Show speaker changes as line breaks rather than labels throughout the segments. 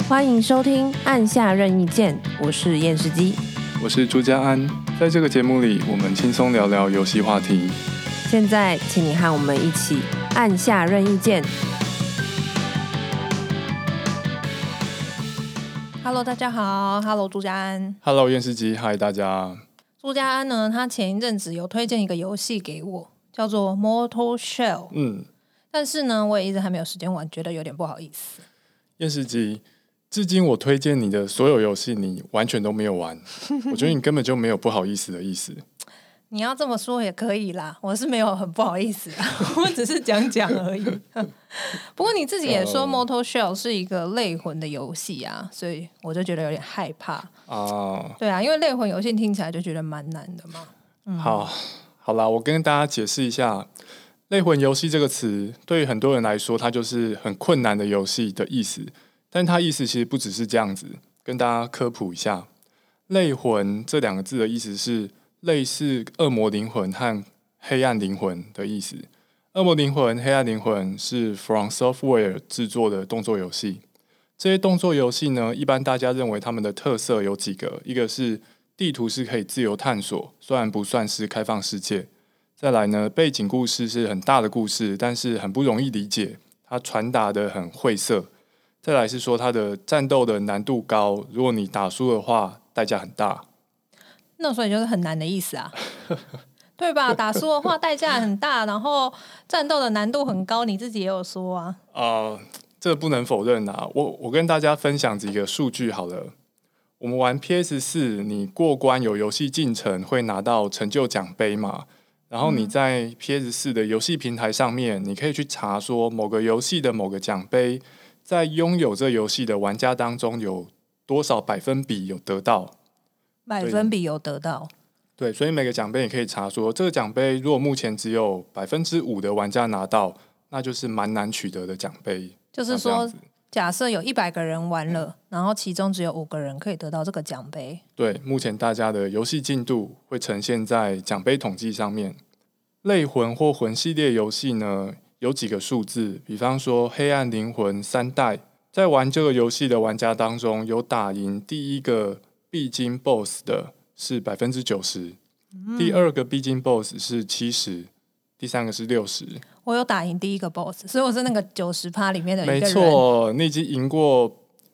欢迎收听按下任意键，我是验视机，
我是朱家安。在这个节目里，我们轻松聊聊游戏话题。
现在请你和我们一起按下任意键。Hello， 大家好 ，Hello， 朱家安
，Hello， 验视机，嗨，大家。
朱家安呢，他前一阵子有推荐一个游戏给我，叫做 Mortal Shell。但是呢，我也一直还没有时间玩，觉得有点不好意思。
验视机，至今我推荐你的所有游戏，你完全都没有玩，我觉得你根本就没有不好意思的意思。
你要这么说也可以啦，我是没有很不好意思啦，我只是讲讲而已。不过你自己也说 Mortal Shell 是一个类魂的游戏啊，所以我就觉得有点害怕啊。对啊，因为类魂游戏听起来就觉得蛮难的嘛。
好啦，我跟大家解释一下，类魂游戏这个词对于很多人来说，它就是很困难的游戏的意思。但它意思其实不只是这样子，跟大家科普一下，类魂这两个字的意思是类似恶魔灵魂和黑暗灵魂的意思。恶魔灵魂、黑暗灵魂是 From Software 制作的动作游戏。这些动作游戏呢，一般大家认为他们的特色有几个，一个是地图是可以自由探索，虽然不算是开放世界。再来呢，背景故事是很大的故事，但是很不容易理解，它传达的很晦涩。再来是说它的战斗的难度高，如果你打输的话，代价很大。
那所以就是很难的意思啊，对吧？打输的话代价很大，然后战斗的难度很高，你自己也有说啊。
这不能否认啊。我跟大家分享几个数据好了。我们玩 PS4， 你过关有游戏进程会拿到成就奖杯嘛？然后你在 PS4 的游戏平台上面，你可以去查说某个游戏的某个奖杯，在拥有这游戏的玩家当中有多少百分比有得到。
百分比有得到，
对，所以每个奖杯你可以查说，这个奖杯如果目前只有 5% 的玩家拿到，那就是蛮难取得的奖杯。
就是说，假设有100个人玩了，然后其中只有5个人可以得到这个奖杯。
对，目前大家的游戏进度会呈现在奖杯统计上面。类魂或魂系列游戏呢，有几个数字，比方说黑暗灵魂3代，在玩这个游戏的玩家当中，有打赢第一个必经 BOSS 的是 90%，第二个必经 BOSS 是70%，第三个是60%。
我有打赢第一个 BOSS， 所以我是那个90%里面的一个人。
没错，你已经赢过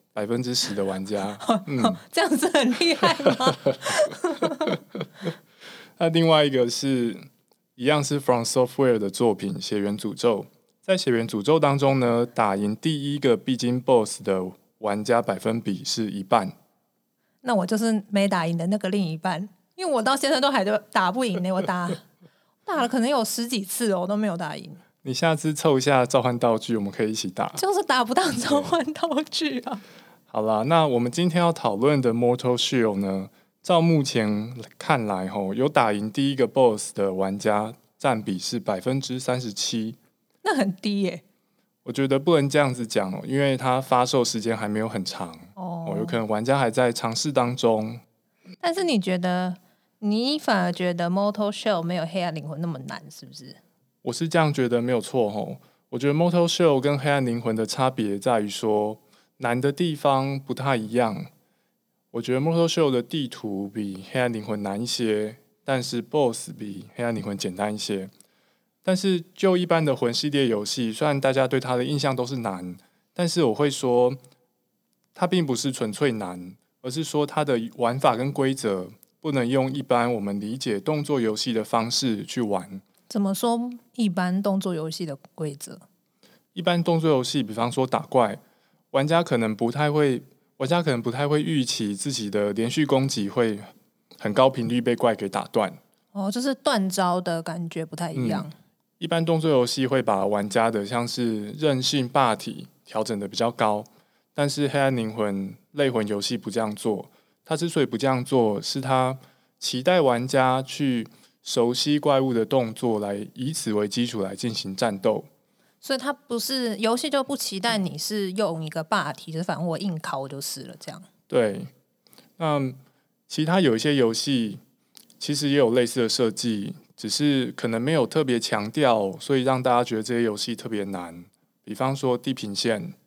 10%的玩家。
这样子很厉害吗？
那另外一个是一样是 From Software 的作品《血源诅咒》。在《血源诅咒》当中呢，打赢第一个必经 BOSS 的玩家百分比是1半。
那我就是没打赢的那个另一半，因为我到现在都还打不赢呢。我打了可能有10几次我都没有打赢。
你下次凑一下召唤道具，我们可以一起打。
就是打不到召唤道具啊。
好啦，那我们今天要讨论的 Mortal Shell 呢，照目前看来有打赢第一个 BOSS 的玩家占比是 37%。
那很低耶。
我觉得不能这样子讲因为它发售时间还没有很长有可能玩家还在尝试当中。
但是你反而觉得 Mortal Shell 没有黑暗灵魂那么难，是不是？
我是这样觉得，没有错我觉得 Mortal Shell 跟黑暗灵魂的差别在于说难的地方不太一样。我觉得 Mortal Shell 的地图比黑暗灵魂难一些，但是 BOSS 比黑暗灵魂简单一些。但是就一般的魂系列游戏，虽然大家对它的印象都是难，但是我会说它并不是纯粹难，而是说它的玩法跟规则不能用一般我们理解动作游戏的方式去玩。
怎么说一般动作游戏的规则？
一般动作游戏比方说打怪，玩家可能不太会预期自己的连续攻击会很高频率被怪给打断
就是断招的感觉不太一样。
一般动作游戏会把玩家的像是韧性霸体调整的比较高，但是黑暗灵魂类魂游戏不这样做。它之所以不这样做，是它期待玩家去熟悉怪物的动作，来以此为基础来进行战斗。
所以它不是游戏就不期待你是用一个霸体，就是反正我硬敲就是了这样。
对，那其他有一些游戏其实也有类似的设计，只是可能没有特别强调，所以让大家觉得这些游戏特别难。比方说地平线，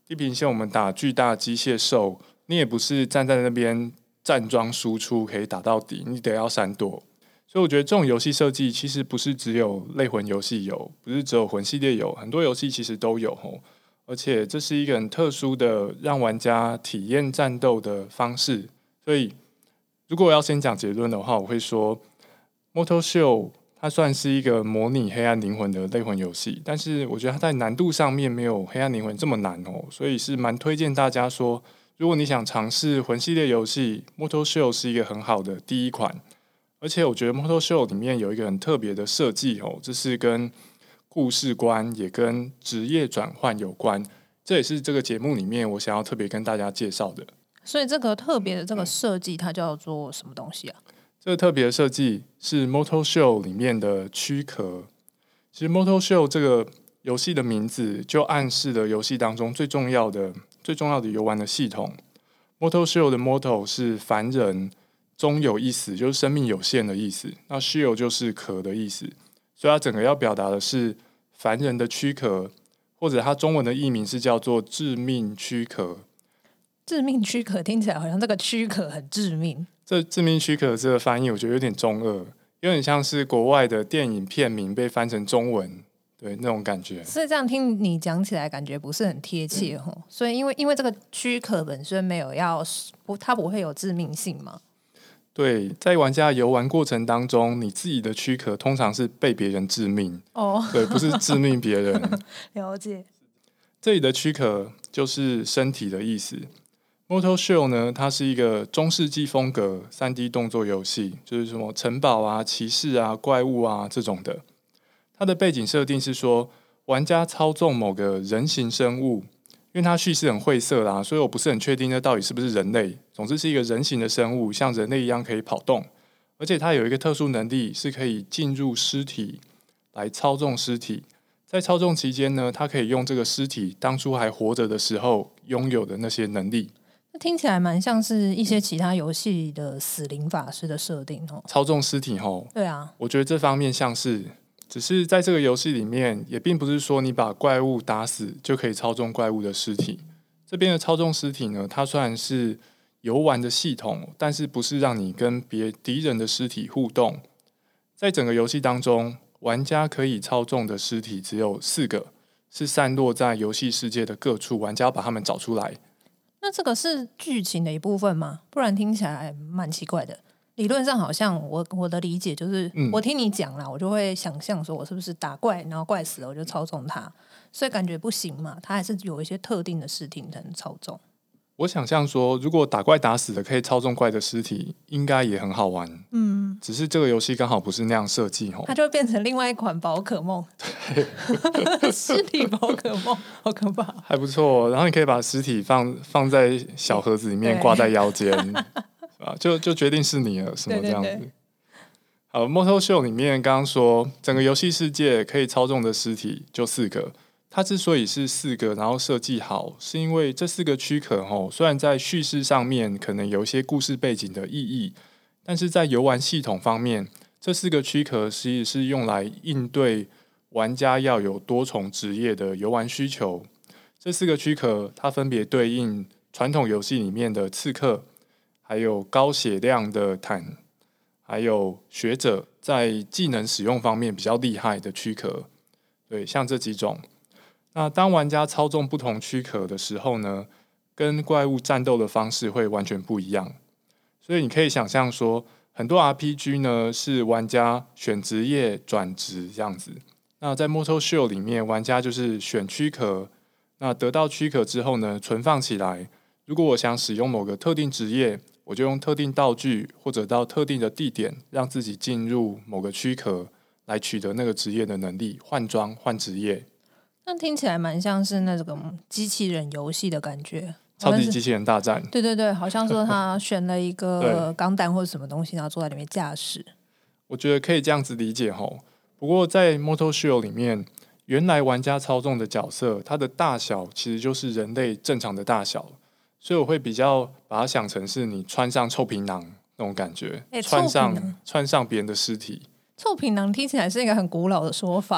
地平线我们打巨大机械兽，你也不是站在那边站桩输出可以打到底，你得要闪躲。所以我觉得这种游戏设计其实不是只有类魂游戏有，不是只有魂系列有，很多游戏其实都有吼。而且这是一个很特殊的让玩家体验战斗的方式。所以如果我要先讲结论的话，我会说 Mortal Shell 它算是一个模拟黑暗灵魂的类魂游戏，但是我觉得它在难度上面没有黑暗灵魂这么难哦，所以是蛮推荐大家说，如果你想尝试魂系列游戏， Mortal Shell 是一个很好的第一款。而且我觉得 Mortal Shell 里面有一个很特别的设计哦，这是跟故事观也跟职业转换有关，这也是这个节目里面我想要特别跟大家介绍的。
所以这个特别的这个设计它叫做什么东西啊？
这个特别的设计是 Mortal Shell 里面的躯壳。其实 Mortal Shell 这个游戏的名字就暗示了游戏当中最重要的游玩的系统。Mortal Shell 的 Mortal 是凡人，终有一死，就是生命有限的意思。那 Shell 就是壳的意思，所以它整个要表达的是凡人的躯壳，或者它中文的译名是叫做致命躯壳。
致命躯壳听起来好像这个躯壳很致命。
这致命躯壳这个翻译我觉得有点中二，有点像是国外的电影片名被翻成中文，对那种感觉。
所以这样听你讲起来感觉不是很贴切哦。所以因为这个躯壳本身没有它不会有致命性吗？
对，在玩家游玩过程当中，你自己的躯壳通常是被别人致命哦，对，不是致命别人。
了解。
这里的躯壳就是身体的意思。Mortal Shell 呢，它是一个中世纪风格 3D 动作游戏，就是什么城堡啊、骑士啊、怪物啊这种的。它的背景设定是说，玩家操纵某个人形生物，因为它叙事很晦涩啦，所以我不是很确定那到底是不是人类。总之是一个人形的生物，像人类一样可以跑动，而且它有一个特殊能力，是可以进入尸体来操纵尸体。在操纵期间呢，它可以用这个尸体当初还活着的时候拥有的那些能力。
那听起来蛮像是一些其他游戏的死灵法师的设定哦。
操纵尸体吼，
对啊，
我觉得这方面像是，只是在这个游戏里面，也并不是说你把怪物打死就可以操纵怪物的尸体。这边的操纵尸体呢，它虽然是游玩的系统，但是不是让你跟敌人的尸体互动。在整个游戏当中，玩家可以操纵的尸体只有4个，是散落在游戏世界的各处，玩家要把它们找出来。
那这个是剧情的一部分吗？不然听起来蛮奇怪的。理论上好像我的理解就是，我听你讲啦，我就会想象说我是不是打怪，然后怪死了我就操纵它，所以感觉不行嘛，它还是有一些特定的事情才能操纵。
我想象说，如果打怪打死了可以操纵怪的尸体，应该也很好玩。只是这个游戏刚好不是那样设计哦，
它就会变成另外一款宝可梦，尸体宝可梦，好可怕，
还不错。然后你可以把尸体放在小盒子里面，挂在腰间，就决定是你了，什么这样子。对对对。好， Mortal Shell 里面刚刚说，整个游戏世界可以操纵的尸体就4个。它之所以是4个，然后设计好，是因为这4个躯壳虽然在叙事上面可能有一些故事背景的意义，但是在游玩系统方面，这4个躯壳其实是用来应对玩家要有多重职业的游玩需求。这4个躯壳它分别对应传统游戏里面的刺客，还有高血量的坦，还有学者，在技能使用方面比较厉害的躯壳。对，像这几种。那当玩家操纵不同躯壳的时候呢，跟怪物战斗的方式会完全不一样。所以你可以想象说，很多 RPG 呢是玩家选职业转职这样子。那在 Mortal Shell 里面，玩家就是选躯壳，那得到躯壳之后呢，存放起来。如果我想使用某个特定职业，我就用特定道具或者到特定的地点，让自己进入某个躯壳，来取得那个职业的能力，换装换职业。
那听起来蛮像是那种机器人游戏的感觉，
超级机器人大战。
对对对，好像说他选了一个钢弹或者什么东西，然后坐在里面驾驶。
我觉得可以这样子理解吼。不过在 Mortal Shell 里面，原来玩家操纵的角色，它的大小其实就是人类正常的大小，所以我会比较把它想成是你穿上臭皮囊那种感觉，穿上别人的尸体。
臭皮囊听起来是一个很古老的说法。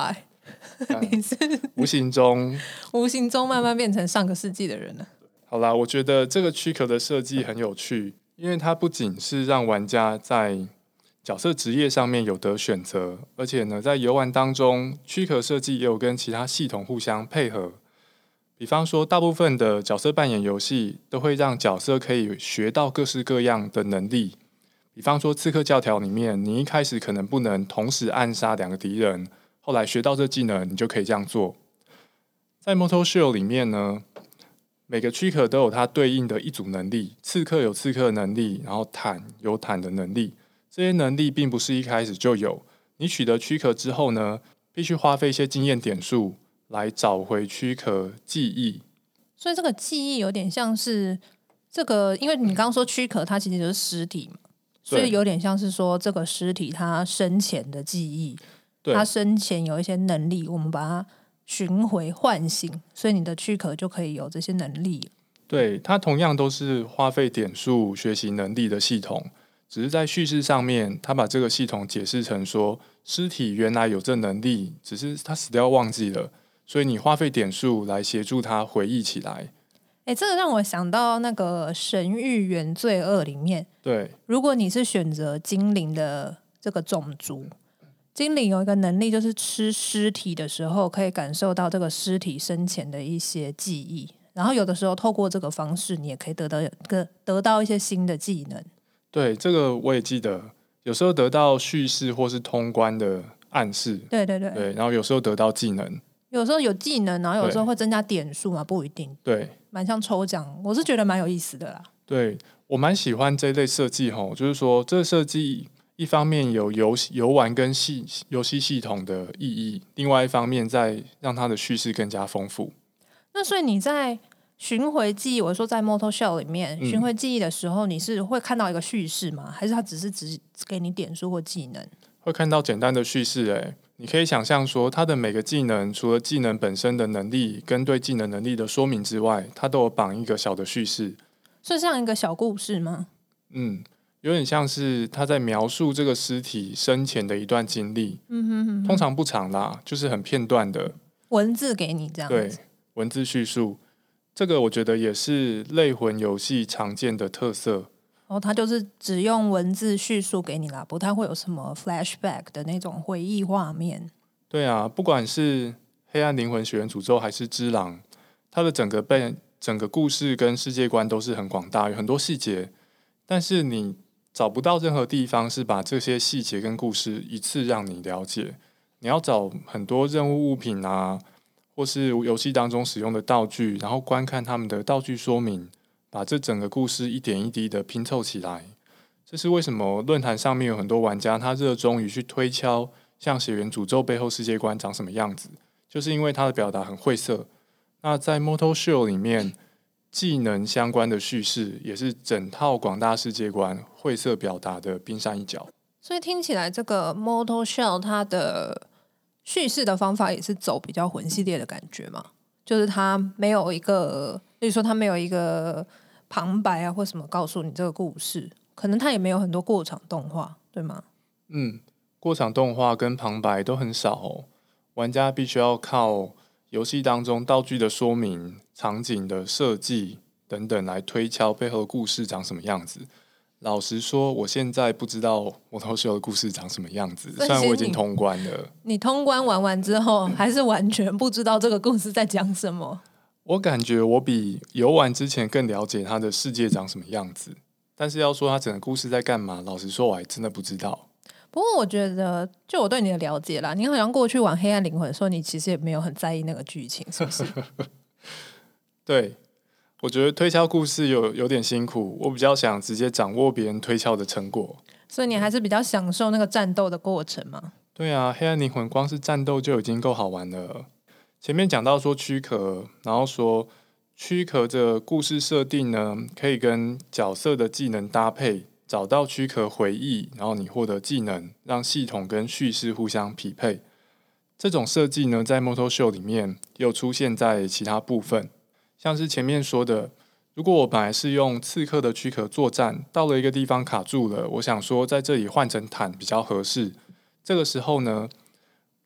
你是
无形中
慢慢变成上个世纪的人了。
好啦，我觉得这个躯壳的设计很有趣，因为它不仅是让玩家在角色职业上面有得选择，而且呢，在游玩当中，躯壳设计也有跟其他系统互相配合。比方说，大部分的角色扮演游戏都会让角色可以学到各式各样的能力。比方说，刺客教条里面，你一开始可能不能同时暗杀2个敌人，后来学到这技能，你就可以这样做。在 Mortal Shell 里面呢，每个躯壳都有它对应的一组能力，刺客有刺客的能力，然后坦有坦的能力。这些能力并不是一开始就有，你取得躯壳之后呢，必须花费一些经验点数来找回躯壳记忆。
所以这个记忆有点像是这个，因为你刚刚说躯壳它其实就是尸体嘛，所以有点像是说这个尸体它生前的记忆，它生前有一些能力，我们把它寻回唤醒，所以你的躯壳就可以有这些能力。
对，它同样都是花费点数学习能力的系统，只是在叙事上面，它把这个系统解释成说，尸体原来有这能力，只是他死掉忘记了，所以你花费点数来协助他回忆起来。
这个让我想到那个《神域原罪2》里面，
对，
如果你是选择精灵的这个种族，精灵有一个能力，就是吃尸体的时候可以感受到这个尸体生前的一些记忆，然后有的时候透过这个方式，你也可以得到一些新的技能。
对，这个我也记得，有时候得到叙事或是通关的暗示，
对，
然后有时候得到技能，
有时候有技能，然后有时候会增加点数嘛，不一定。
对，
蛮像抽奖，我是觉得蛮有意思的啦。
对，我蛮喜欢这类设计吼，就是说这个设计一方面有游玩跟游戏系统的意义，另外一方面再让它的叙事更加丰富。
那所以你在寻回记忆，我说在 Mortal Shell 里面寻回记忆的时候，你是会看到一个叙事吗？还是它只给你点数或技能？
会看到简单的叙事，你可以想象说，它的每个技能除了技能本身的能力跟对技能能力的说明之外，它都有绑一个小的叙事，
是像一个小故事吗？
有点像是他在描述这个尸体生前的一段经历。通常不长啦，就是很片段的
文字给你这样子。
对，文字叙述，这个我觉得也是类魂游戏常见的特色。
它就是只用文字叙述给你啦，不太会有什么 flashback 的那种回忆画面。
对啊，不管是黑暗灵魂血缘诅咒还是只狼，它的整个故事跟世界观都是很广大，有很多细节，但是你找不到任何地方是把这些细节跟故事一次让你了解。你要找很多任务物品啊，或是游戏当中使用的道具，然后观看他们的道具说明，把这整个故事一点一滴的拼凑起来。这是为什么论坛上面有很多玩家他热衷于去推敲像血缘诅咒背后世界观长什么样子，就是因为他的表达很晦涩。那在 Mortal Shell 里面，技能相关的叙事也是整套广大世界观晦涩表达的冰山一角。
所以听起来这个 Mortal Shell 它的叙事的方法也是走比较魂系列的感觉嘛，就是它没有一个，例如说它没有一个旁白啊或什么告诉你这个故事，可能它也没有很多过场动画，对吗？
过场动画跟旁白都很少哦，玩家必须要靠游戏当中道具的说明、场景的设计等等来推敲背后的故事长什么样子。老实说，我现在不知道魔头秀的故事长什么样子，虽然我已经通关了。
你通关玩完之后，还是完全不知道这个故事在讲什么？
我感觉我比游玩之前更了解它的世界长什么样子，但是要说它整个故事在干嘛，老实说我还真的不知道。
不过我觉得，就我对你的了解啦，你好像过去玩黑暗灵魂的时候，你其实也没有很在意那个剧情，是不是？
对，我觉得推敲故事有点辛苦，我比较想直接掌握别人推敲的成果。
所以你还是比较享受那个战斗的过程吗？
对啊，黑暗灵魂光是战斗就已经够好玩了。前面讲到说躯壳，然后说躯壳的故事设定呢，可以跟角色的技能搭配，找到躯壳回忆，然后你获得技能，让系统跟叙事互相匹配。这种设计呢，在 Mortal Shell 里面又出现在其他部分，像是前面说的，如果我本来是用刺客的躯壳作战，到了一个地方卡住了，我想说在这里换成坦比较合适。这个时候呢，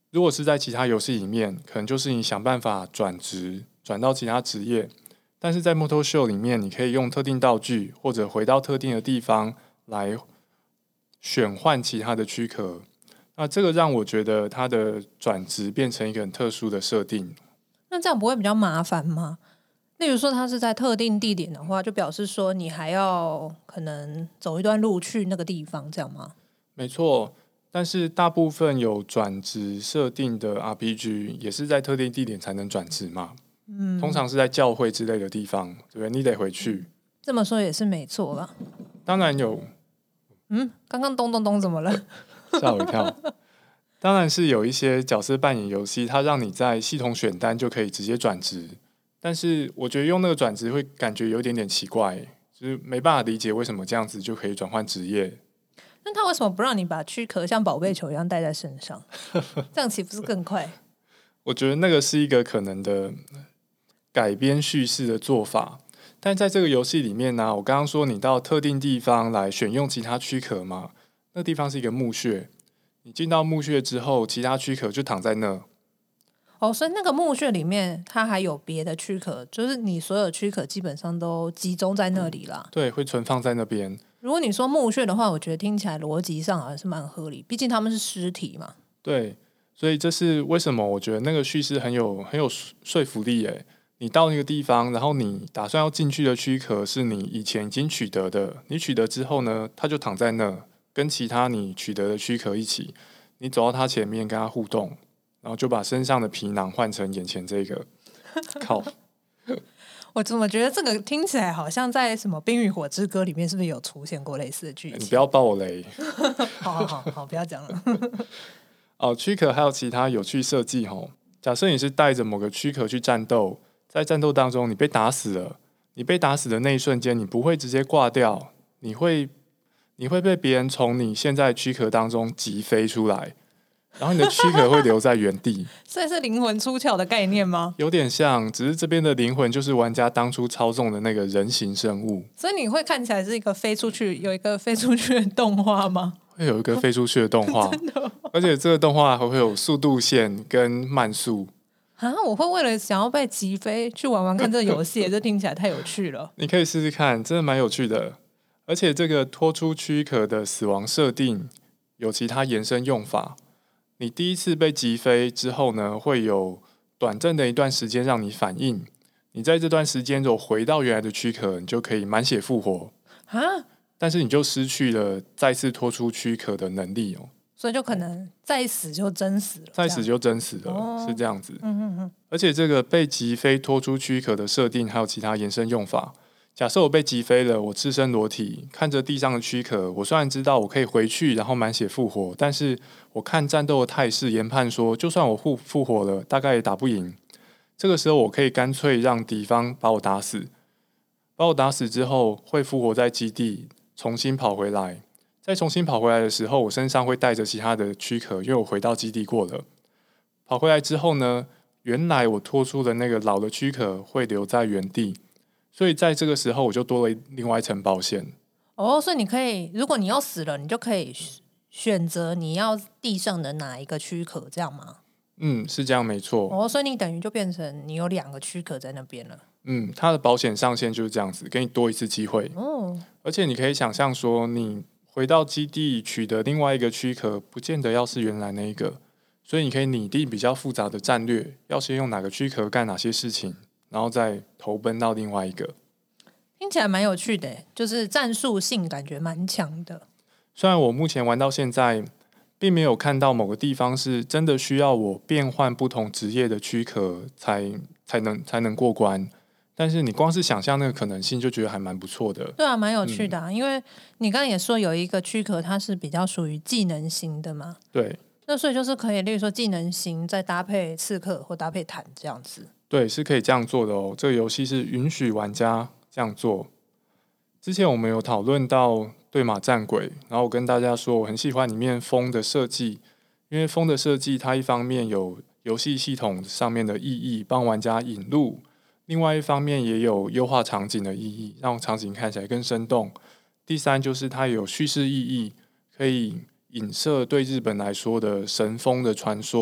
如果是在其他游戏里面，可能就是你想办法转职，转到其他职业。但是在 Moto Show 里面，你可以用特定道具或者回到特定的地方来选换其他的躯壳。那这个让我觉得它的转职变成一个很特殊的设定。
那这样不会比较麻烦吗？例如说它是在特定地点的话，就表示说你还要可能走一段路去那个地方，这样吗？
没错，但是大部分有转职设定的 RPG 也是在特定地点才能转职嘛。通常是在教会之类的地方，对不对？你得回去。
这么说也是没错啦。
当然有，
刚刚咚咚咚怎么了？
吓我一跳。当然是有一些角色扮演游戏，它让你在系统选单就可以直接转职，但是我觉得用那个转职会感觉有点奇怪，就是没办法理解为什么这样子就可以转换职业。
那他为什么不让你把躯壳像宝贝球一样带在身上？这样岂不是更快？
我觉得那个是一个可能的改编叙事的做法，但在这个游戏里面呢，我刚刚说你到特定地方来选用其他躯壳嘛，那地方是一个墓穴，你进到墓穴之后，其他躯壳就躺在那。
哦，所以那个墓穴里面它还有别的躯壳，就是你所有躯壳基本上都集中在那里啦。
对，会存放在那边。
如果你说墓穴的话，我觉得听起来逻辑上好像是蛮合理，毕竟他们是尸体嘛。
对，所以这是为什么我觉得那个叙事很有说服力耶。你到那个地方，然后你打算要进去的躯壳是你以前已经取得的，你取得之后呢，它就躺在那，跟其他你取得的躯壳一起，你走到它前面跟它互动，然后就把身上的皮囊换成眼前这个。靠！
我怎么觉得这个听起来好像在什么《冰与火之歌》里面是不是有出现过类似的剧情？
你不要爆我雷。
好，不要讲了。
哦，躯壳还有其他有趣设计哦。假设你是带着某个躯壳去战斗，在战斗当中你被打死了，你被打死的那一瞬间，你不会直接挂掉，你会被别人从你现在躯壳当中击飞出来，然后你的躯壳会留在原地。
所以是灵魂出窍的概念吗？
有点像，只是这边的灵魂就是玩家当初操纵的那个人形生物。
所以你会看起来是一个飞出去，有一个飞出去的动画吗？
会有一个飞出去的动画，而且这个动画还会有速度线跟慢速。
啊！我会为了想要被击飞去玩玩看这个游戏，这听起来太有趣了。
你可以试试看，真的蛮有趣的。而且这个脱出躯壳的死亡设定有其他延伸用法。你第一次被击飞之后呢，会有短暂的一段时间让你反应。你在这段时间如果回到原来的躯壳，你就可以满血复活
啊！
但是你就失去了再次脱出躯壳的能力哦。
所以就可能再死就真死了，
再死就真死了，是这样子。
嗯。
而且这个被击飞脱出躯壳的设定还有其他延伸用法。假设我被击飞了，我赤身裸体看着地上的躯壳，我虽然知道我可以回去然后满血复活，但是我看战斗的态势研判说，就算我复活了，大概也打不赢。这个时候我可以干脆让敌方把我打死，把我打死之后会复活在基地，重新跑回来。在重新跑回来的时候，我身上会带着其他的躯壳，因为我回到基地过了。跑回来之后呢，原来我脱出的那个老的躯壳会留在原地，所以在这个时候我就多了另外一层保险。
哦，所以你可以，如果你要死了，你就可以选择你要地上的哪一个躯壳，这样吗？
是这样没错。
哦，所以你等于就变成你有2个躯壳在那边了。
它的保险上限就是这样子，给你多一次机会。而且你可以想象说，你回到基地取得另外一个躯壳，不见得要是原来那一个，所以你可以拟定比较复杂的战略，要先用哪个躯壳干哪些事情，然后再投奔到另外一个。
听起来蛮有趣的，就是战术性感觉蛮强的。
虽然我目前玩到现在，并没有看到某个地方是真的需要我变换不同职业的躯壳才能过关。但是你光是想象那个可能性，就觉得还蛮不错的。
对啊，蛮有趣的因为你刚刚也说有一个躯壳，它是比较属于技能型的嘛。
对，
那所以就是可以，例如说技能型再搭配刺客或搭配坦这样子。
对，是可以这样做的哦。这个游戏是允许玩家这样做。之前我们有讨论到对马战鬼，然后我跟大家说我很喜欢里面风的设计，因为风的设计它一方面有游戏系统上面的意义，帮玩家引路。另外一方面也有优化场景的意义，让场景看起来更生动。第三就是它有叙事意义，可以影射对日本来说的神风的传说，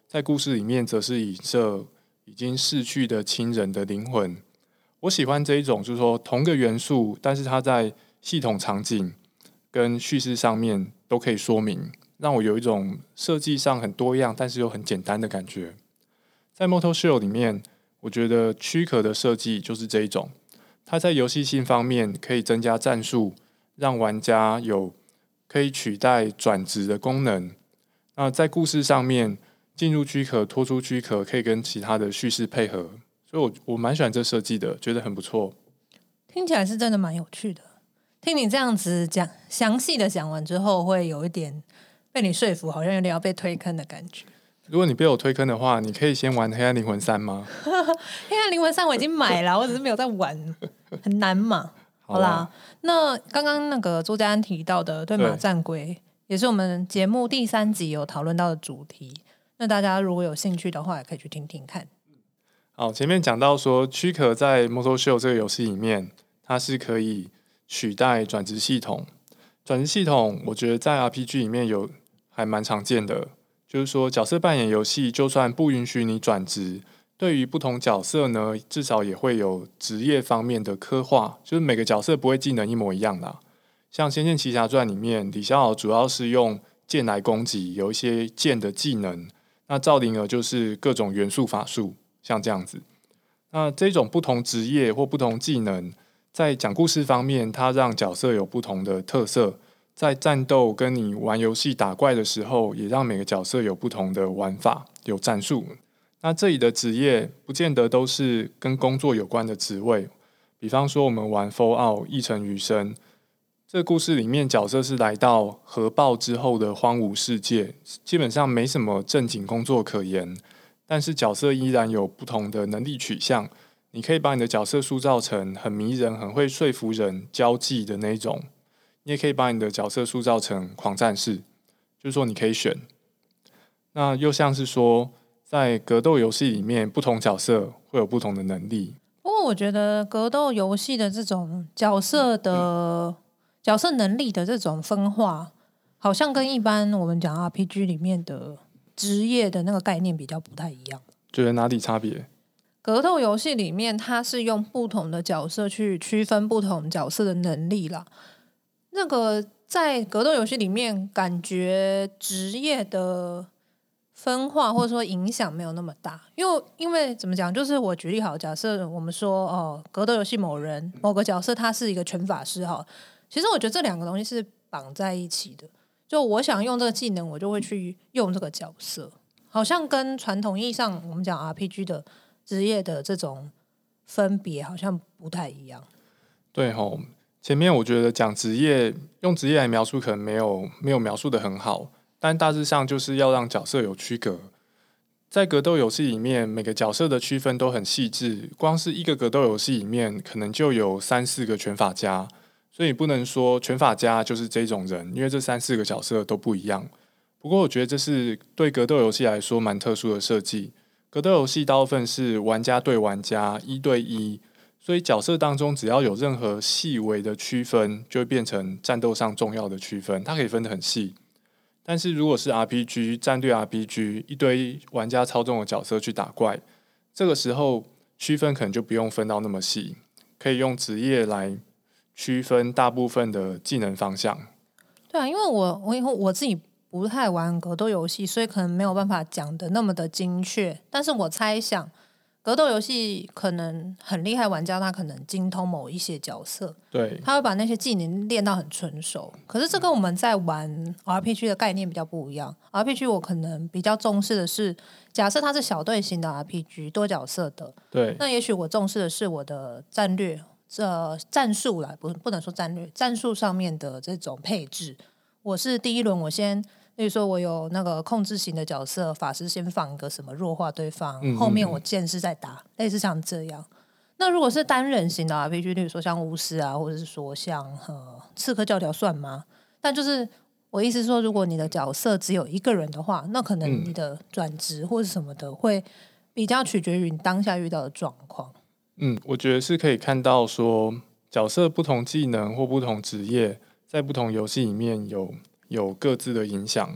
在故事里面则是影射已经逝去的亲人的灵魂。我喜欢这一种，就是说同个元素，但是它在系统场景跟叙事上面都可以说明，让我有一种设计上很多样，但是又很简单的感觉。在 Moto Shield 里面，我觉得躯壳的设计就是这一种，它在游戏性方面可以增加战术，让玩家有可以取代转职的功能。那在故事上面，进入躯壳、拖出躯壳，可以跟其他的叙事配合，所以我蛮喜欢这设计的，觉得很不错。
听起来是真的蛮有趣的。听你这样子讲，详细的讲完之后，会有一点被你说服，好像有点要被推坑的感觉。
如果你被我推坑的话，你可以先玩《黑暗灵魂3》吗？
黑暗灵魂3我已经买了，我只是没有在玩，很难嘛。好啦，那刚刚那个周家安提到的对马战龟，也是我们节目第3集有讨论到的主题。那大家如果有兴趣的话，也可以去听听看。
好，前面讲到说，躯壳在 Moto Shield 这个游戏里面，它是可以取代转职系统。转职系统，我觉得在 RPG 里面还蛮常见的，就是说角色扮演游戏，就算不允许你转职，对于不同角色呢，至少也会有职业方面的刻画，就是每个角色不会技能一模一样啦。像《仙剑奇侠传》里面，李逍遥主要是用剑来攻击，有一些剑的技能。那赵灵儿就是各种元素法术，像这样子。那这种不同职业或不同技能，在讲故事方面，它让角色有不同的特色。在战斗跟你玩游戏打怪的时候，也让每个角色有不同的玩法，有战术。那这里的职业不见得都是跟工作有关的职位，比方说我们玩 Fallout 异尘余生。这个故事里面，角色是来到核爆之后的荒芜世界，基本上没什么正经工作可言，但是角色依然有不同的能力取向。你可以把你的角色塑造成很迷人、很会说服人、交际的那种，你也可以把你的角色塑造成狂战士，就是说你可以选。那又像是说，在格斗游戏里面，不同角色会有不同的能力。
不过我觉得格斗游戏的这种角色能力的这种分化，好像跟一般我们讲 RPG 里面的职业的那个概念比较不太一样。
觉得哪里差别？
格斗游戏里面，它是用不同的角色去区分不同角色的能力啦。那个在格斗游戏里面，感觉职业的分化或者说影响没有那么大，因为怎么讲，就是我举例好，假设我们说格斗游戏某个角色他是一个拳法师哈。其实我觉得这两个东西是绑在一起的，就我想用这个技能，我就会去用这个角色，好像跟传统意义上我们讲 RPG 的职业的这种分别好像不太一样。
对吼，前面我觉得讲职业，用职业来描述可能没有描述的很好，但大致上就是要让角色有区隔。在格斗游戏里面，每个角色的区分都很细致，光是一个格斗游戏里面，可能就有3-4个拳法家。所以不能说拳法家就是这种人，因为这3-4个角色都不一样。不过我觉得这是对格斗游戏来说蛮特殊的设计。格斗游戏大部分是玩家对玩家1对1，所以角色当中只要有任何细微的区分，就会变成战斗上重要的区分，它可以分得很细。但是如果是 RPG 战略 RPG， 一堆玩家操纵的角色去打怪，这个时候区分可能就不用分到那么细，可以用职业来区分大部分的技能方向。
对啊，因为我自己不太玩格斗游戏，所以可能没有办法讲的那么的精确。但是我猜想，格斗游戏可能很厉害玩家，他可能精通某一些角色，
对，
他会把那些技能练到很纯熟。可是这跟我们在玩 RPG 的概念比较不一样。RPG 我可能比较重视的是，假设它是小队型的 RPG， 多角色的，
对，
那也许我重视的是我的战略。战术啦，不能说战略，战术上面的这种配置，我是第一轮我先，例如说我有那个控制型的角色，法师先放一个什么弱化对方，后面我剑士再打，类似像这样。那如果是单人型的 RPG， 例如说像巫师啊，或者是说像刺客教条算吗？但就是我意思是说，如果你的角色只有一个人的话，那可能你的转职或者什么的会比较取决于你当下遇到的状况。
我觉得是可以看到说，角色不同技能或不同职业，在不同游戏里面有各自的影响。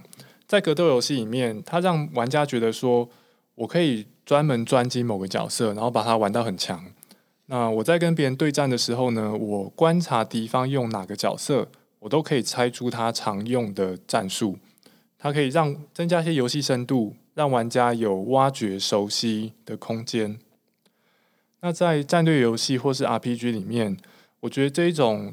在格斗游戏里面，它让玩家觉得说我可以专门专精某个角色，然后把它玩到很强。那我在跟别人对战的时候呢，我观察敌方用哪个角色，我都可以猜出他常用的战术。它可以增加一些游戏深度，让玩家有挖掘熟悉的空间。那在战略游戏或是 RPG 里面，我觉得这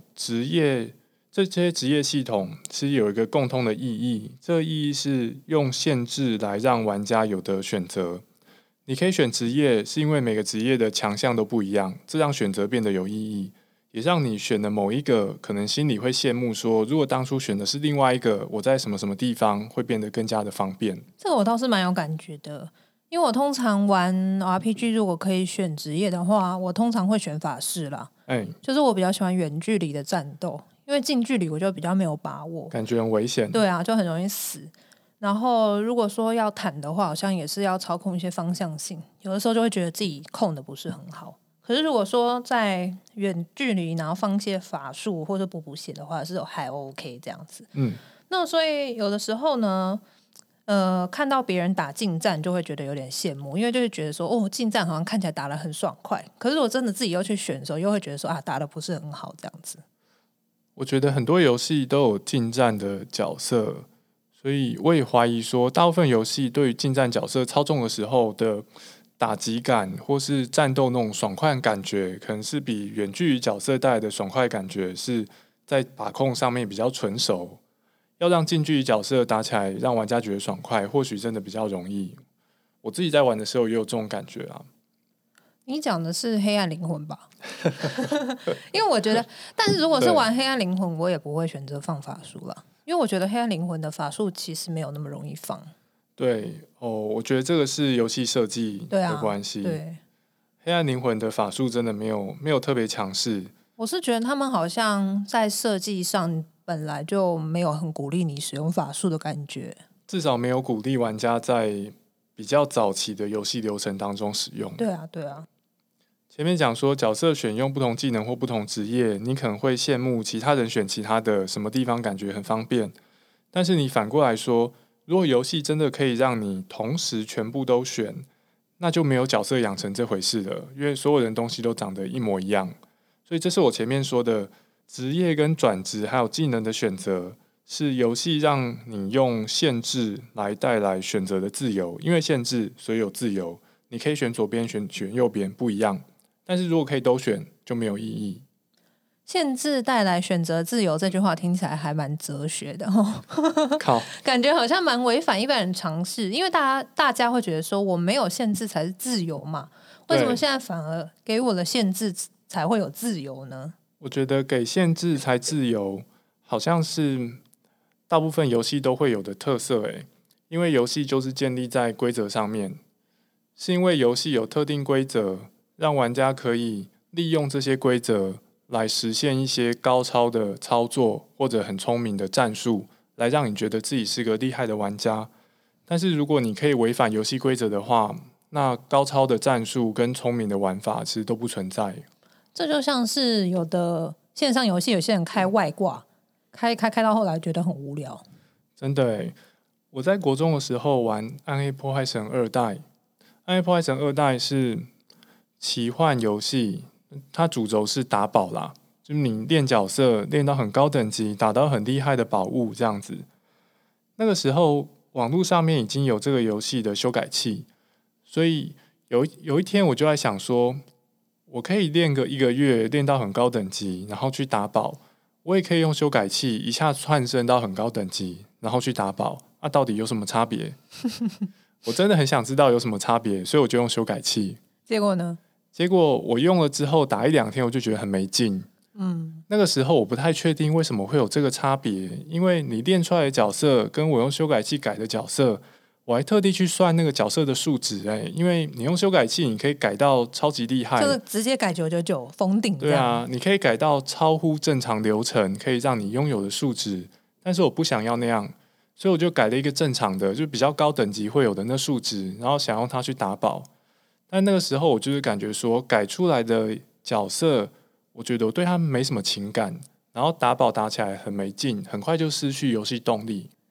些职业系统其实有一个共通的意义，这个意义是用限制来让玩家有的选择。你可以选职业，是因为每个职业的强项都不一样，这让选择变得有意义，也让你选的某一个可能心里会羡慕说，如果当初选的是另外一个，我在什么什么地方会变得更加的方便。
这个我倒是蛮有感觉的，因为我通常玩 RPG 如果可以选职业的话，我通常会选法师啦。就是我比较喜欢远距离的战斗，因为近距离我就比较没有把握，
感觉很危险。
对啊，就很容易死。然后如果说要坦的话，好像也是要操控一些方向性，有的时候就会觉得自己控的不是很好。可是如果说在远距离然后放一些法术或者补血的话，是还 OK 这样子。那所以有的时候呢，看到别人打近战就会觉得有点羡慕，因为就会觉得说哦，近战好像看起来打得很爽快，可是我真的自己又去选的时候，又会觉得说啊，打得不是很好这样子。
我觉得很多游戏都有近战的角色，所以我也怀疑说，大部分游戏对于近战角色操纵的时候的打击感，或是战斗那种爽快感觉，可能是比远距离角色带来的爽快感觉是在把控上面比较纯熟。要让近距离角色打起来让玩家觉得爽快，或许真的比较容易。我自己在玩的时候也有这种感觉啊。
你讲的是黑暗灵魂吧？因为我觉得，但是如果是玩黑暗灵魂，我也不会选择放法术啦，因为我觉得黑暗灵魂的法术其实没有那么容易放。
对哦，我觉得这个是游戏设计的关系。
对，
黑暗灵魂的法术真的没有特别强势。
我是觉得他们好像在设计上本来就没有很鼓励你使用法术的感觉，
至少没有鼓励玩家在比较早期的游戏流程当中使用。
对啊，对啊。
前面讲说角色选用不同技能或不同职业，你可能会羡慕其他人选其他的什么地方感觉很方便，但是你反过来说，如果游戏真的可以让你同时全部都选，那就没有角色养成这回事了，因为所有人东西都长得一模一样。所以这是我前面说的职业跟转职还有技能的选择，是游戏让你用限制来带来选择的自由，因为限制所以有自由，你可以选左边选右边不一样，但是如果可以都选就没有意义。
限制带来选择自由这句话听起来还蛮哲学的
靠，
感觉好像蛮违反一般人常识，因为大家会觉得说我没有限制才是自由嘛，为什么现在反而给我的限制才会有自由呢？
我觉得给限制才自由好像是大部分游戏都会有的特色诶，因为游戏就是建立在规则上面，是因为游戏有特定规则，让玩家可以利用这些规则来实现一些高超的操作或者很聪明的战术，来让你觉得自己是个厉害的玩家。但是如果你可以违反游戏规则的话，那高超的战术跟聪明的玩法其实都不存在。
这就像是有的线上游戏，有些人开外挂，开到后来觉得很无聊。
真的耶，我在国中的时候玩《暗黑破坏神2代》，《暗黑破坏神2代》是奇幻游戏，它主轴是打宝啦，就是你练角色练到很高等级，打到很厉害的宝物这样子。那个时候网络上面已经有这个游戏的修改器，所以有一天我就在想说，我可以练个1个月，练到很高等级，然后去打宝。我也可以用修改器一下窜升到很高等级，然后去打宝。那到底有什么差别？我真的很想知道有什么差别，所以我就用修改器。
结果呢？
结果我用了之后打1-2天，我就觉得很没劲。那个时候我不太确定为什么会有这个差别，因为你练出来的角色跟我用修改器改的角色，我还特地去算那个角色的数值因为你用修改器你可以改到超级厉害，
就是直接改999封顶。
对啊，你可以改到超乎正常流程可以让你拥有的数值，但是我不想要那样，所以我就改了一个正常的，就比较高等级会有的那数值，然后想用它去打宝。但那个时候我就是感觉说改出来的角色，我觉得我对他们没什么情感，然后打宝打起来很没劲，很快就失去游戏动力。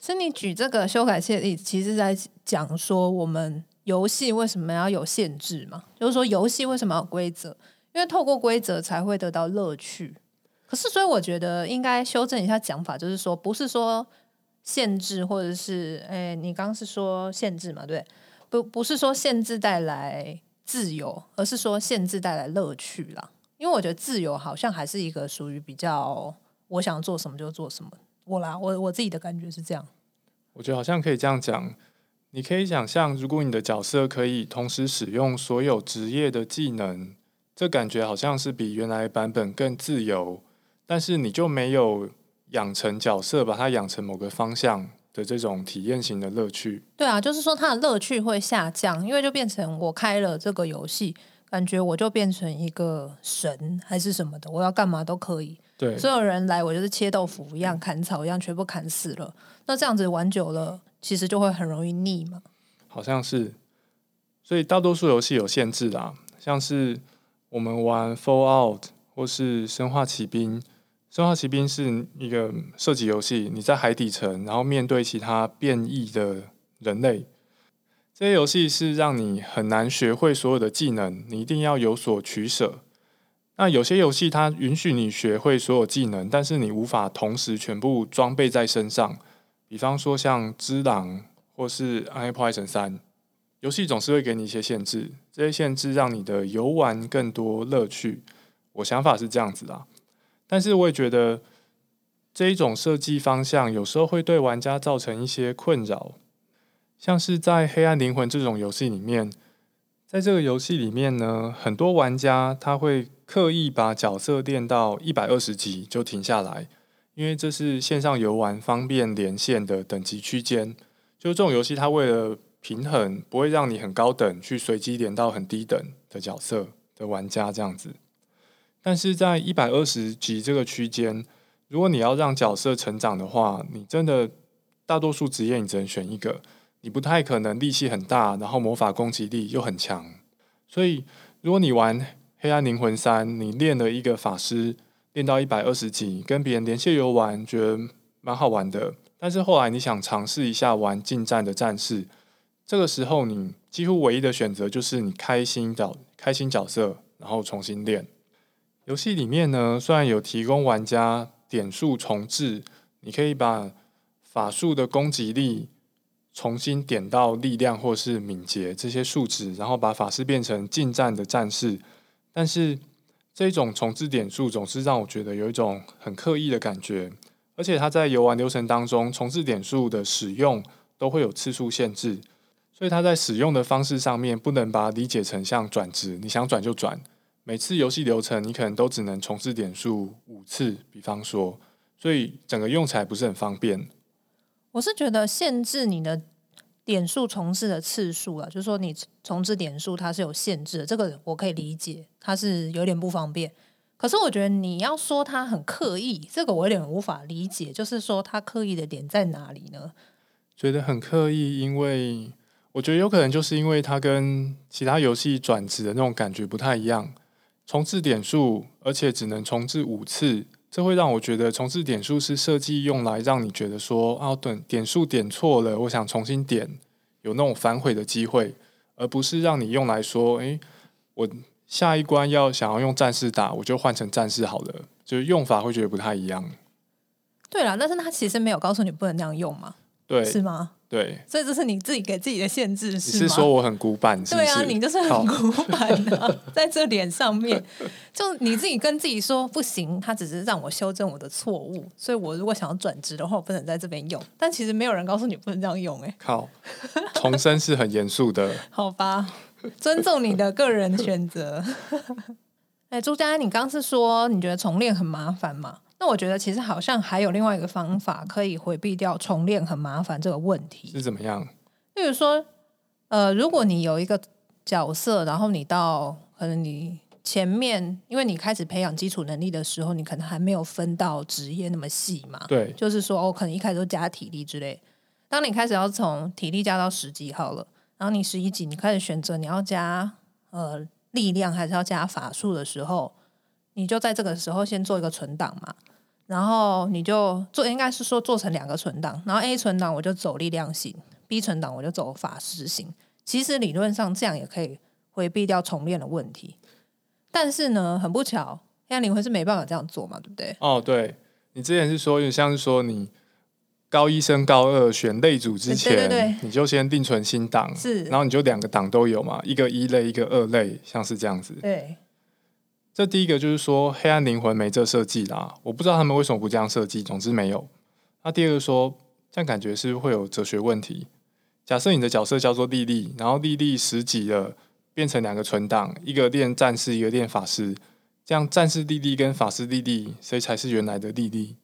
是你举这个修改器的例子，其实在讲说我们游戏为什么要有限制嘛？就是说游戏为什么要有规则？因为透过规则才会得到乐趣。可是所以我觉得应该修正一下讲法，就是说不是说限制，或者是你刚刚是说限制嘛？对，不是说限制带来自由，而是说限制带来乐趣啦。因为我觉得自由好像还是一个属于比较我想做什么就做什么。我自己的感觉是这样。
我觉得好像可以这样讲，你可以想象，如果你的角色可以同时使用所有职业的技能，这感觉好像是比原来版本更自由，但是你就没有养成角色，把它养成某个方向的这种体验型的乐趣。
对啊，就是说它的乐趣会下降，因为就变成我开了这个游戏，感觉我就变成一个神还是什么的，我要干嘛都可以。
对，
所有人来我就是切豆腐一样，砍草一样，全部砍死了。那这样子玩久了，其实就会很容易腻嘛。
好像是，所以大多数游戏有限制啦，像是我们玩 Fallout 或是生化奇兵。生化奇兵是一个射击游戏，你在海底层，然后面对其他变异的人类。这些游戏是让你很难学会所有的技能，你一定要有所取舍。那有些游戏它允许你学会所有技能，但是你无法同时全部装备在身上。比方说像《只狼》或是《暗黑破坏神3》，游戏总是会给你一些限制，这些限制让你的游玩更多乐趣。我想法是这样子啦，但是我也觉得这一种设计方向有时候会对玩家造成一些困扰，像是在《黑暗灵魂》这种游戏里面，在这个游戏里面呢，很多玩家他会刻意把角色练到120级就停下来，因为这是线上游玩方便连线的等级区间。就这种游戏，它为了平衡，不会让你很高等去随机连到很低等的角色的玩家这样子。但是在120级这个区间，如果你要让角色成长的话，你真的大多数职业你只能选一个，你不太可能力气很大，然后魔法攻击力又很强。所以如果你玩黑暗灵魂3，你练了一个法师，练到120级，跟别人连线游玩，觉得蛮好玩的。但是后来你想尝试一下玩近战的战士，这个时候你几乎唯一的选择就是你开新角色，然后重新练。游戏里面呢，虽然有提供玩家点数重置，你可以把法术的攻击力重新点到力量或是敏捷这些数值，然后把法师变成近战的战士，但是这种重置点数总是让我觉得有一种很刻意的感觉，而且它在游玩流程当中，重置点数的使用都会有次数限制，所以它在使用的方式上面不能把它理解成像转职，你想转就转，每次游戏流程你可能都只能重置点数5次，比方说，所以整个用起来不是很方便。
我是觉得限制你的点数重置的次数了，就是说你重置点数它是有限制的，这个我可以理解，它是有点不方便。可是我觉得你要说它很刻意，这个我有点无法理解，就是说它刻意的点在哪里呢？
觉得很刻意，因为我觉得有可能就是因为它跟其他游戏转职的那种感觉不太一样。重置点数，而且只能重置5次，这会让我觉得重置点数是设计用来让你觉得说啊，点数点错了，我想重新点，有那种反悔的机会，而不是让你用来说，我下一关想要用战士打，我就换成战士好了，就是用法会觉得不太一样。
对啦，但是他其实没有告诉你不能那样用嘛，
对，
是吗？
对，
所以这是你自己给自己的限制，是吗？
你是说我很古板是不是？
对啊，你就是很古板啊，在这点上面，就你自己跟自己说不行，他只是让我修正我的错误，所以我如果想要转职的话，我不能在这边用。但其实没有人告诉你不能这样用，
靠，重生是很严肃的，
好吧，尊重你的个人选择。朱家安，你刚是说你觉得重练很麻烦嘛？那我觉得其实好像还有另外一个方法可以回避掉重练很麻烦这个问题。
是怎么样？
例如说如果你有一个角色，然后你到可能你前面，因为你开始培养基础能力的时候，你可能还没有分到职业那么细嘛，
对，
就是说可能一开始都加体力之类。当你开始要从体力加到10级好了，然后你11级你开始选择你要加力量还是要加法术的时候，你就在这个时候先做一个存档嘛。 然后你就做，应该是说做成2个存档，然后 A 存档我就走力量型，B 存档我就走法师型。其实理论上这样也可以回避掉重练的问题，但是呢，很不巧，黑暗灵魂是没办法这样做嘛，对不对？
哦，对，你之前是说，有点像是说你高1升高2选类组之前，
对，
你就先另存新档，
是，
然后你就2个档都有嘛，一个1类，一个2类，像是这样子。
对。
这第一个就是说黑暗灵魂没这设计啦，我不知道他们为什么不这样设计，总之没有。那第二个说，这样感觉是会有哲学问题。假设你的角色叫做莉莉，然后莉莉10级了，变成2个存档，一个练战士，一个练法师，这样战士莉莉跟法师莉莉，谁才是原来的莉莉？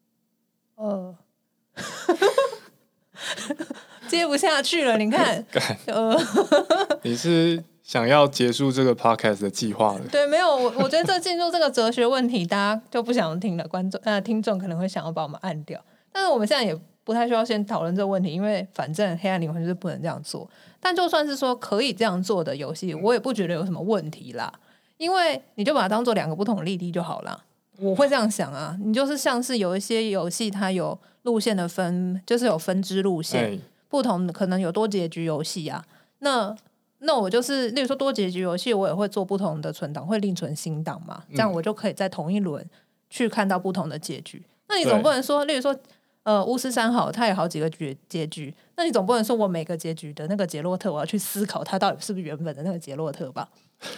接不下去了，你看，
你是想要结束这个 podcast 的计划了？
对，没有，我觉得这进入这个哲学问题，大家就不想听了，听众可能会想要把我们按掉。但是我们现在也不太需要先讨论这个问题，因为反正黑暗灵魂就是不能这样做。但就算是说可以这样做的游戏，我也不觉得有什么问题啦，因为你就把它当做2个不同的莉莉就好了。我会这样想啊，你就是像是有一些游戏它有路线的就是有分支路线，不同的可能有多结局游戏啊，那我就是例如说多结局游戏我也会做不同的存档，会另存新档嘛，这样我就可以在同一轮去看到不同的结局。那你总不能说例如说巫师3好它有好几个结局，那你总不能说我每个结局的那个杰洛特我要去思考它到底是不是原本的那个杰洛特吧。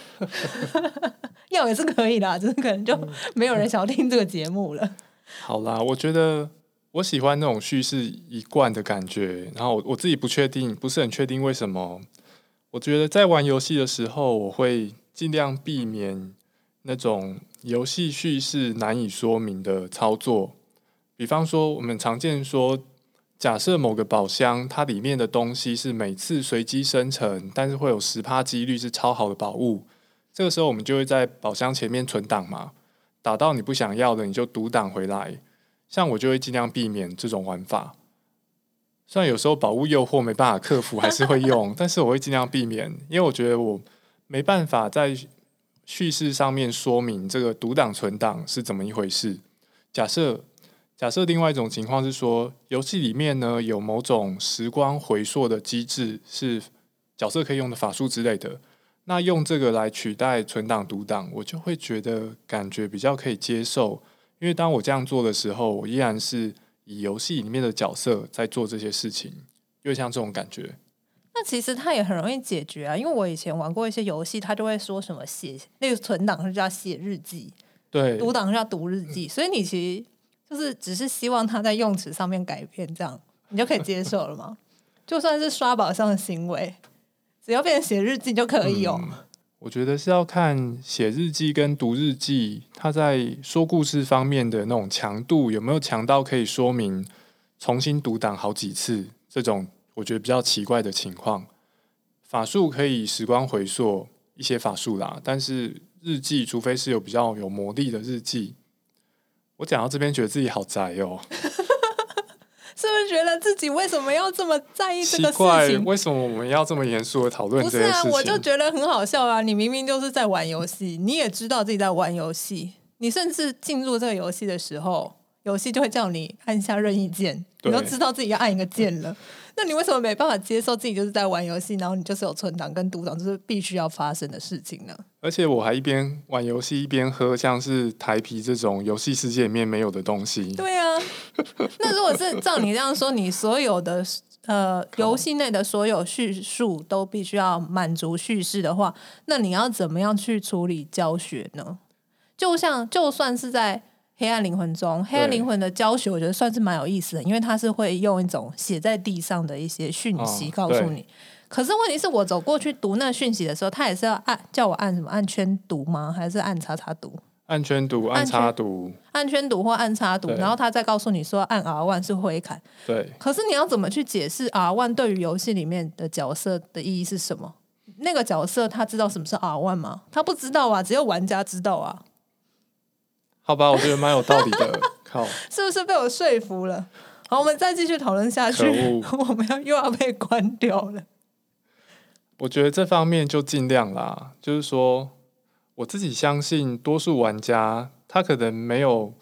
要也是可以啦，只是可能就没有人想要听这个节目了。
好啦，我觉得我喜欢那种叙事一贯的感觉，然后我自己不是很确定为什么。我觉得在玩游戏的时候，我会尽量避免那种游戏叙事难以说明的操作。比方说，我们常见说，假设某个宝箱它里面的东西是每次随机生成，但是会有10%几率是超好的宝物，这个时候我们就会在宝箱前面存档嘛，打到你不想要的你就读档回来。像我就会尽量避免这种玩法，虽然有时候宝物诱惑没办法克服还是会用，但是我会尽量避免，因为我觉得我没办法在叙事上面说明这个读档存档是怎么一回事。假设另外一种情况是说，游戏里面呢有某种时光回溯的机制，是角色可以用的法术之类的，那用这个来取代存档读档，我就会觉得感觉比较可以接受。因为当我这样做的时候，我依然是以游戏里面的角色在做这些事情，有点像这种感觉。
那其实它也很容易解决啊，因为我以前玩过一些游戏，它就会说什么那个存档是叫写日记，
对，
读档是叫读日记，所以你其实就是只是希望它在用词上面改变，这样你就可以接受了吗？就算是刷宝箱的行为，只要变成写日记就可以哦。
我觉得是要看写日记跟读日记，它在说故事方面的那种强度有没有强到可以说明重新读档好几次，这种我觉得比较奇怪的情况。法术可以时光回溯一些法术啦，但是日记除非是有比较有魔力的日记。我讲到这边觉得自己好宅哦。
是不是觉得自己为什么要这么在意这个事情？
奇怪，为什么我们要这么严肃的讨论这件事情？
不是啊，我就觉得很好笑啊！你明明就是在玩游戏，你也知道自己在玩游戏，你甚至进入这个游戏的时候，游戏就会叫你按下任意键，你都知道自己要按一个键了。那你为什么没办法接受自己就是在玩游戏，然后你就是有存档跟读档，就是必须要发生的事情呢？
而且我还一边玩游戏一边喝像是台啤这种游戏世界里面没有的东西。
对啊，那如果是照你这样说，你所有的游戏内的所有叙述都必须要满足叙事的话，那你要怎么样去处理教学呢？就算是在黑暗灵魂中，黑暗灵魂的教学我觉得算是蛮有意思的，因为它是会用一种写在地上的一些讯息告诉你。可是问题是我走过去读那讯息的时候，他也是要叫我按什么按圈读吗？还是按叉叉读？
按圈读、按叉读、
按圈读或按叉读，然后他再告诉你说按 R1 是挥砍。
对。
可是你要怎么去解释 R1 对于游戏里面的角色的意义是什么？那个角色他知道什么是 R1 吗？他不知道啊，只有玩家知道啊。
好吧，我觉得蛮有道理的。靠，
是不是被我说服了？好，我们再继续讨论下去。我们又要被关掉了。
我觉得这方面就尽量啦，就是说我自己相信多数玩家他可能没有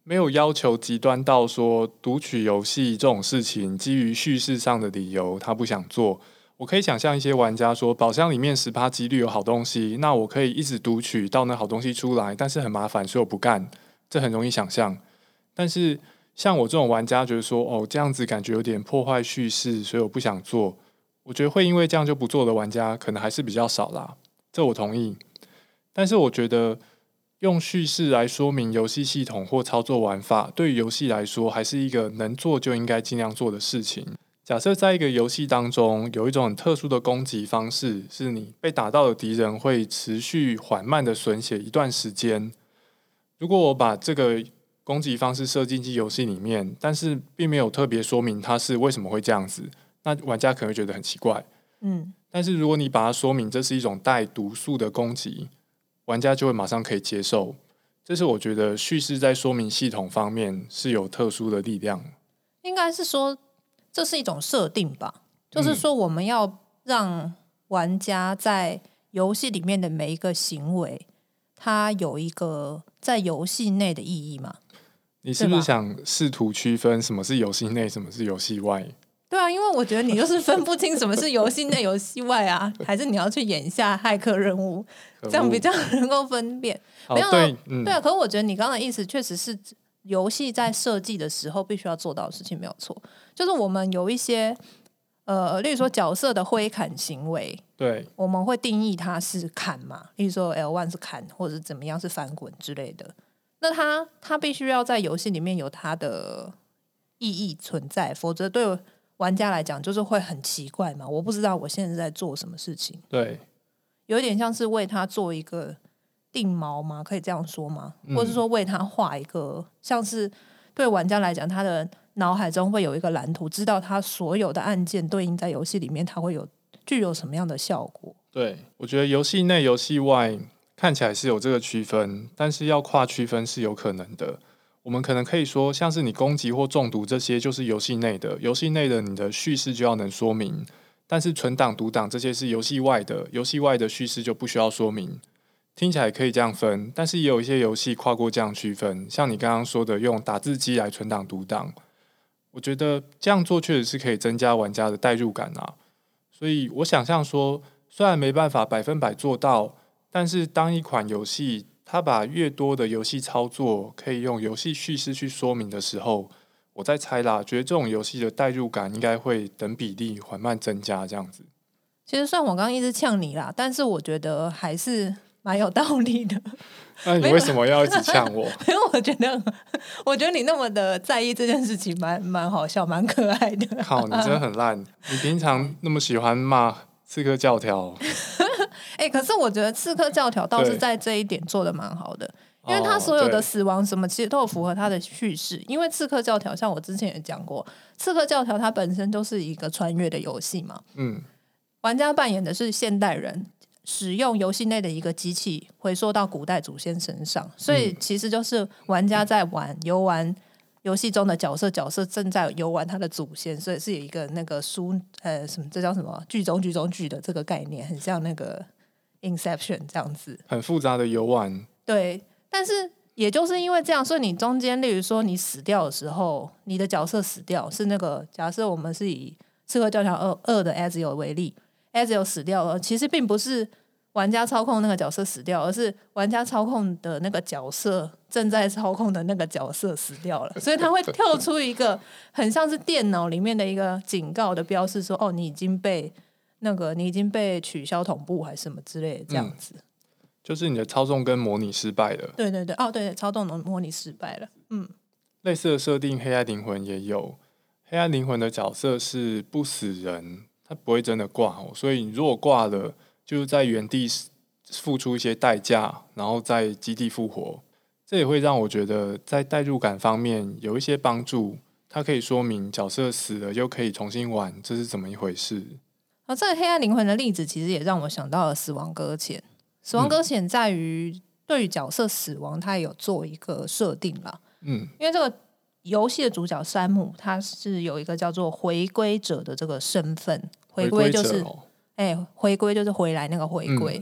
没有要求极端到说读取游戏这种事情基于叙事上的理由他不想做。我可以想象一些玩家说宝箱里面10%几率有好东西，那我可以一直读取到那好东西出来，但是很麻烦所以我不干，这很容易想象。但是像我这种玩家觉得说这样子感觉有点破坏叙事，所以我不想做，我觉得会因为这样就不做的玩家可能还是比较少啦，这我同意。但是我觉得用叙事来说明游戏系统或操作玩法，对于游戏来说还是一个能做就应该尽量做的事情。假设在一个游戏当中有一种很特殊的攻击方式，是你被打到的敌人会持续缓慢的损血一段时间。如果我把这个攻击方式设进去游戏里面，但是并没有特别说明它是为什么会这样子，那玩家可能会觉得很奇怪。但是如果你把它说明这是一种带毒素的攻击，玩家就会马上可以接受。这是我觉得叙事在说明系统方面是有特殊的力量。
应该是说这是一种设定吧，就是说我们要让玩家在游戏里面的每一个行为它有一个在游戏内的意义嘛。
你是不是想试图区分什么是游戏内什么是游戏外？
对啊，因为我觉得你就是分不清什么是游戏内游戏外啊，还是你要去演一下骇客任务，这样比较能够分辨。没有对啊，可是我觉得你刚刚的意思确实是游戏在设计的时候必须要做到的事情，没有错。就是我们有一些例如说角色的挥砍行为，
对，
我们会定义它是砍嘛，例如说 L1 是砍，或者怎么样是翻滚之类的。那它必须要在游戏里面有它的意义存在，否则对玩家来讲就是会很奇怪嘛。我不知道我现在在做什么事情，
对，
有点像是为他做一个定锚吗？可以这样说吗？或是说为他画一个，像是对玩家来讲，他的脑海中会有一个蓝图，知道他所有的按键对应在游戏里面，它会具有什么样的效果。
对，我觉得游戏内游戏外看起来是有这个区分，但是要跨区分是有可能的。我们可能可以说像是你攻击或中毒这些就是游戏内的，游戏内的你的叙事就要能说明，但是存档读档这些是游戏外的，游戏外的叙事就不需要说明。听起来可以这样分，但是也有一些游戏跨过这样区分，像你刚刚说的用打字机来存档读档，我觉得这样做确实是可以增加玩家的代入感啊。所以我想象说，虽然没办法100%做到，但是当一款游戏它把越多的游戏操作可以用游戏叙事去说明的时候，我在猜啦，觉得这种游戏的代入感应该会等比例缓慢增加这样子。
其实虽然我刚刚一直呛你啦，但是我觉得还是蛮有道理的。
那你为什么要一直呛我？
因为我觉得你那么的在意这件事情蛮好笑蛮可爱的。
靠，你真的很烂。你平常那么喜欢骂刺客教条
可是我觉得刺客教条倒是在这一点做的蛮好的，因为他所有的死亡什么其实都有符合他的叙事。因为刺客教条像我之前也讲过，刺客教条它本身就是一个穿越的游戏嘛，玩家扮演的是现代人，使用游戏内的一个机器回溯到古代祖先身上，所以其实就是玩家在游玩游戏中的角色正在游玩他的祖先，所以是有一个那个什么这叫什么剧中剧的这个概念，很像那个 Inception 这样子，
很复杂的游玩。
对，但是也就是因为这样，所以你中间例如说你死掉的时候，你的角色死掉是那个假设我们是以刺客教条2的 Ezio 为例， Ezio 死掉了，其实并不是玩家操控那个角色死掉，而是玩家操控的那个角色正在操控的那个角色死掉了，所以它会跳出一个很像是电脑里面的一个警告的标示，说你已经被取消同步还是什么之类的这样子，
就是你的操纵跟模拟失败了。
对对对，对，操纵模拟失败了。
类似的设定黑暗灵魂也有，黑暗灵魂的角色是不死人，他不会真的挂，所以你如果挂了就是在原地付出一些代价，然后在基地复活，这也会让我觉得在代入感方面有一些帮助。它可以说明角色死了又可以重新玩，这是怎么一回事。
这个黑暗灵魂的例子其实也让我想到了死亡搁浅。死亡搁浅在于对于角色死亡它也有做一个设定啦，因为这个游戏的主角山姆他是有一个叫做回归者的这个身份，回归就是回归就是回来那个回归，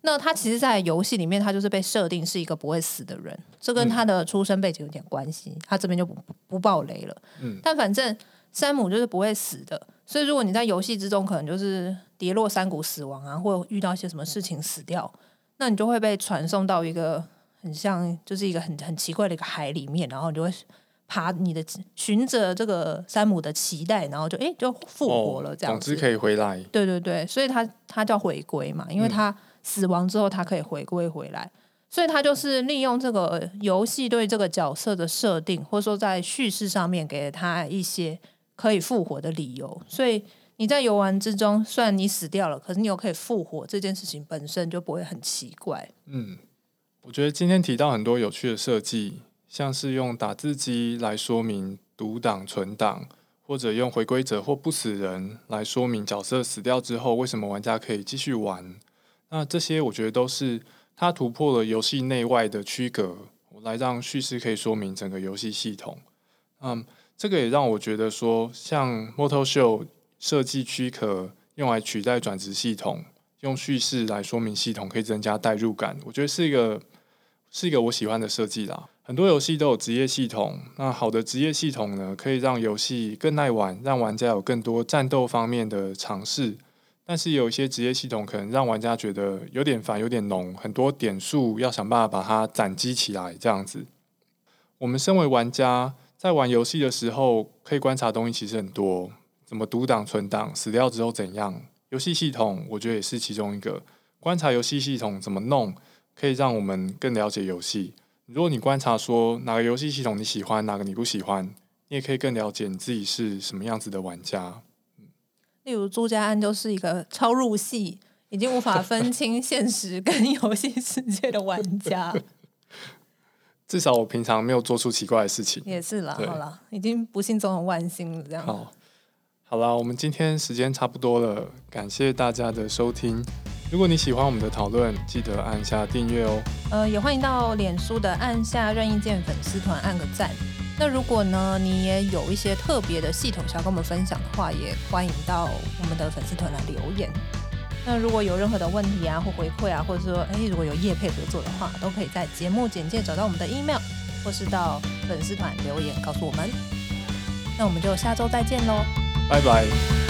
那他其实在游戏里面他就是被设定是一个不会死的人，这跟他的出生背景有点关系，他这边就不爆雷了。但反正山姆就是不会死的，所以如果你在游戏之中可能就是跌落山谷死亡啊，或遇到一些什么事情死掉，那你就会被传送到一个很像就是一个很奇怪的一个海里面，然后你就会循着这个山姆的脐带，然后就复活了这样子。
总之可以回来。
对对对，所以他叫回归嘛，因为他死亡之后他可以回归回来，所以他就是利用这个游戏对这个角色的设定，或者说在叙事上面给了他一些可以复活的理由。所以你在游玩之中，虽然你死掉了，可是你又可以复活，这件事情本身就不会很奇怪。
我觉得今天提到很多有趣的设计，像是用打字机来说明读档存档，或者用回归者或不死人来说明角色死掉之后为什么玩家可以继续玩。那这些我觉得都是它突破了游戏内外的区隔，来让叙事可以说明整个游戏系统。这个也让我觉得说，像 MotoShow 设计躯壳用来取代转职系统，用叙事来说明系统，可以增加代入感，我觉得是一个我喜欢的设计啦。很多游戏都有职业系统，那好的职业系统呢，可以让游戏更耐玩，让玩家有更多战斗方面的尝试。但是有一些职业系统可能让玩家觉得有点烦，有点浓，很多点数要想办法把它攒积起来这样子。我们身为玩家在玩游戏的时候，可以观察的东西其实很多，怎么读档存档，死掉之后怎样。游戏系统我觉得也是其中一个，观察游戏系统怎么弄，可以让我们更了解游戏。如果你观察说哪个游戏系统你喜欢，哪个你不喜欢，你也可以更了解你自己是什么样子的玩家。
例如朱家安就是一个超入戏，已经无法分清现实跟游戏世界的玩家。
至少我平常没有做出奇怪的事情。
也是啦，好啦，已经不幸中的万幸了这样。
好啦，我们今天时间差不多了，感谢大家的收听。如果你喜欢我们的讨论，记得按下订阅哦。
也欢迎到脸书的按下任意键粉丝团按个赞。那如果呢，你也有一些特别的系统想要跟我们分享的话，也欢迎到我们的粉丝团来留言。那如果有任何的问题啊，或回馈啊，或者说如果有业配合作的话，都可以在节目简介找到我们的 email， 或是到粉丝团留言告诉我们。那我们就下周再见咯，
拜拜。